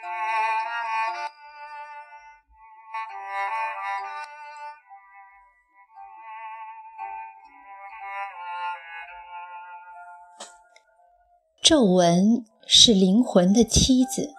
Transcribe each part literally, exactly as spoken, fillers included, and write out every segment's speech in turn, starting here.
皱纹是灵魂的梯子。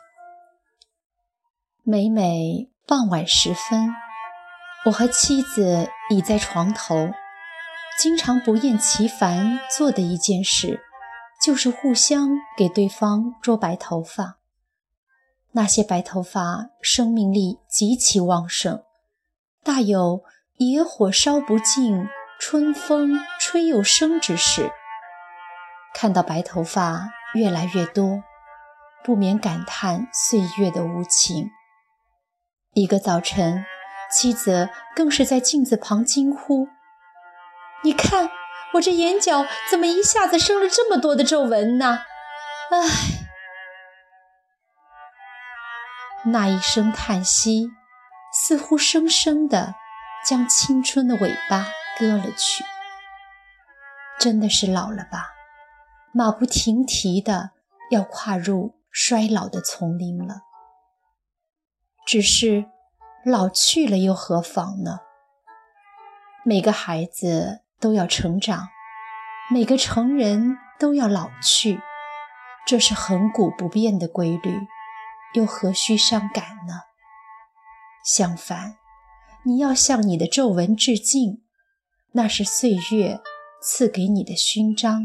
每每傍晚时分，我和妻子倚在床头，经常不厌其烦做的一件事，就是互相给对方捉白头发。那些白头发生命力极其旺盛，大有野火烧不尽，春风吹又生之势。看到白头发越来越多，不免感叹岁月的无情。一个早晨，妻子更是在镜子旁惊呼：你看，我这眼角怎么一下子生了这么多的皱纹呢？唉！那一声叹息，似乎生生地将青春的尾巴割了去。真的是老了吧，马不停蹄地要跨入衰老的丛林了。只是老去了又何妨呢？每个孩子都要成长，每个成人都要老去，这是亘古不变的规律，又何须伤感呢？相反，你要向你的皱纹致敬，那是岁月赐给你的勋章。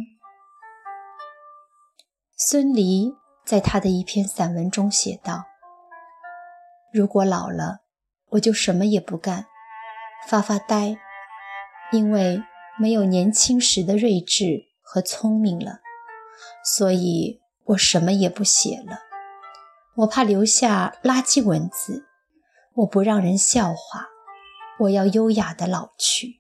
孙犁在他的一篇散文中写道：如果老了，我就什么也不干，发发呆，因为没有年轻时的睿智和聪明了，所以我什么也不写了。我怕留下垃圾文字，我不让人笑话，我要优雅地老去。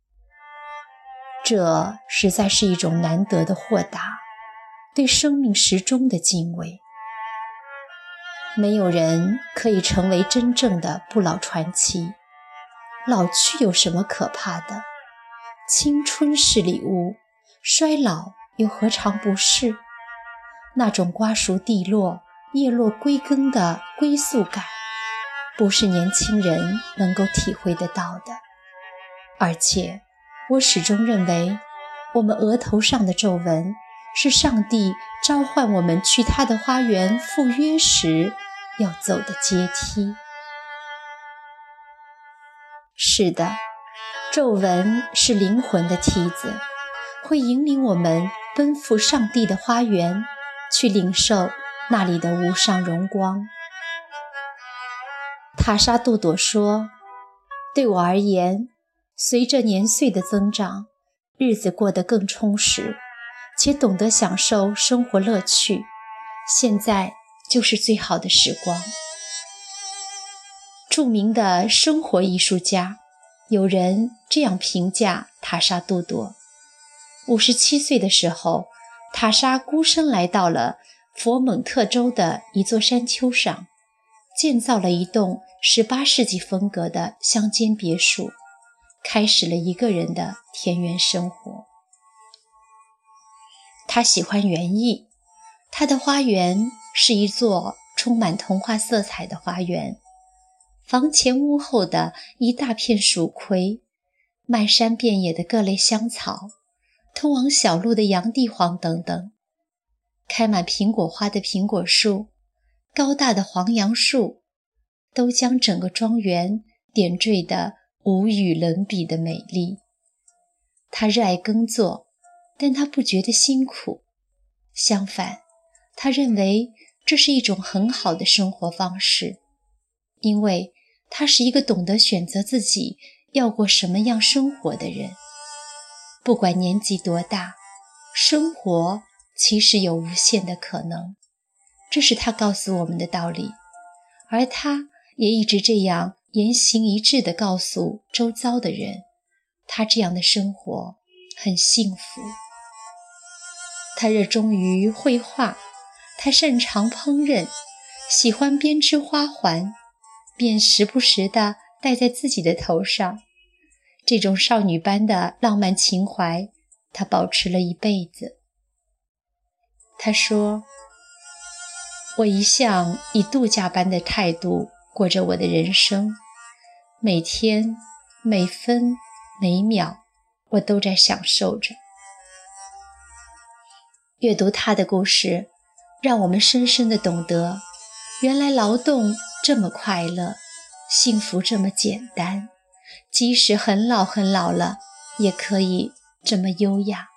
这实在是一种难得的豁达，对生命时钟的敬畏。没有人可以成为真正的不老传奇，老去有什么可怕的？青春是礼物，衰老又何尝不是？那种瓜熟蒂落、叶落归根的归宿感，不是年轻人能够体会得到的。而且，我始终认为，我们额头上的皱纹，是上帝召唤我们去他的花园赴约时要走的阶梯。是的，皱纹是灵魂的梯子，会引领我们奔赴上帝的花园，去领受那里的无上荣光。塔莎杜朵说，对我而言，随着年岁的增长，日子过得更充实，且懂得享受生活乐趣，现在就是最好的时光。著名的生活艺术家，有人这样评价塔莎杜朵：五十七岁的时候，塔莎孤身来到了佛蒙特州的一座山丘上，建造了一栋十八世纪风格的乡间别墅，开始了一个人的田园生活。他喜欢园艺，他的花园是一座充满童话色彩的花园，房前屋后的一大片蜀葵，漫山遍野的各类香草，通往小路的洋地黄等等，开满苹果花的苹果树，高大的黄杨树，都将整个庄园点缀得无与伦比的美丽。他热爱耕作，但他不觉得辛苦，相反，他认为这是一种很好的生活方式，因为他是一个懂得选择自己要过什么样生活的人。不管年纪多大，生活其实有无限的可能，这是他告诉我们的道理，而他也一直这样言行一致地告诉周遭的人，他这样的生活很幸福。他热衷于绘画，他擅长烹饪，喜欢编织花环，便时不时地戴在自己的头上。这种少女般的浪漫情怀，他保持了一辈子。他说， 我一向以度假般的态度过着我的人生，每天每分每秒我都在享受着。阅读他的故事，让我们深深地懂得，原来劳动这么快乐，幸福这么简单，即使很老很老了，也可以这么优雅。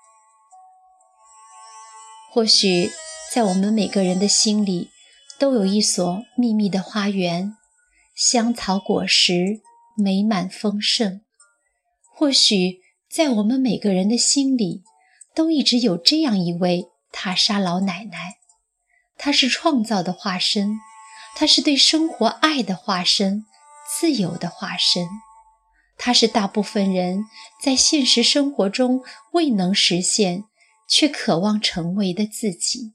或许在我们每个人的心里，都有一所秘密的花园，香草果实美满丰盛。或许在我们每个人的心里，都一直有这样一位塔莎老奶奶，她是创造的化身，她是对生活爱的化身，自由的化身。她是大部分人在现实生活中未能实现，却渴望成为的自己。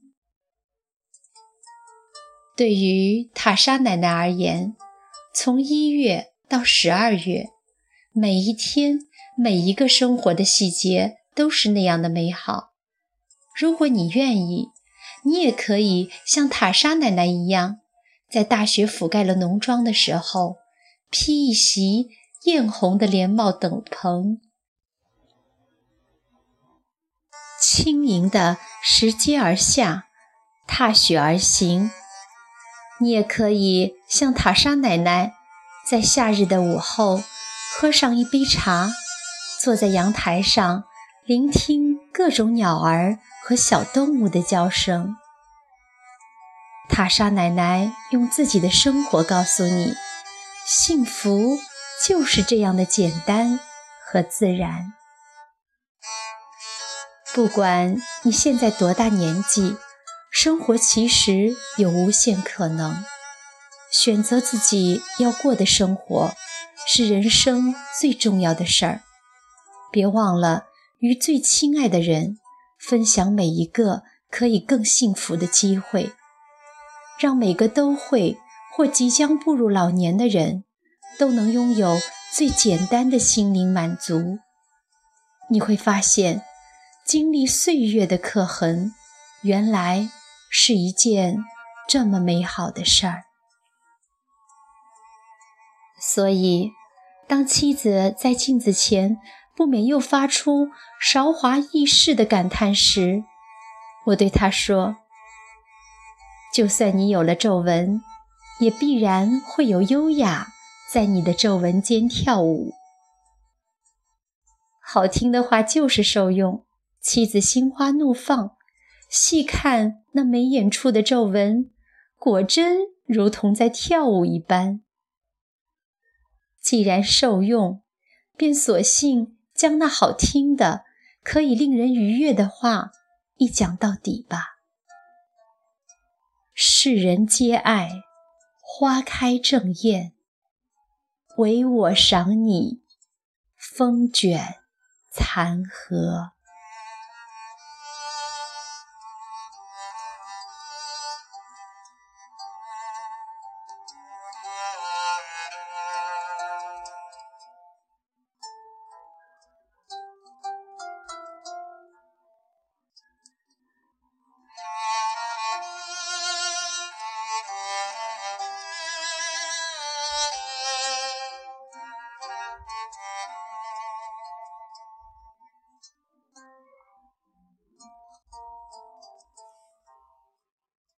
对于塔莎奶奶而言，从一月到十二月，每一天每一个生活的细节都是那样的美好。如果你愿意，你也可以像塔莎奶奶一样，在大雪覆盖了农庄的时候，披一袭艳红的连帽斗篷，轻盈地拾阶而下，踏雪而行。你也可以像塔莎奶奶，在夏日的午后，喝上一杯茶，坐在阳台上，聆听各种鸟儿和小动物的叫声。塔莎奶奶用自己的生活告诉你，幸福就是这样的简单和自然。不管你现在多大年纪，生活其实有无限可能。选择自己要过的生活，是人生最重要的事儿。别忘了与最亲爱的人分享每一个可以更幸福的机会，让每个都会或即将步入老年的人都能拥有最简单的心灵满足。你会发现，经历岁月的刻痕，原来是一件这么美好的事儿。所以，当妻子在镜子前不免又发出韶华易逝的感叹时，我对她说，就算你有了皱纹，也必然会有优雅在你的皱纹间跳舞。好听的话就是受用，妻子心花怒放，细看那眉眼处的皱纹，果真如同在跳舞一般。既然受用，便索性将那好听的、可以令人愉悦的话一讲到底吧。世人皆爱花开正艳，唯我赏你风卷残荷。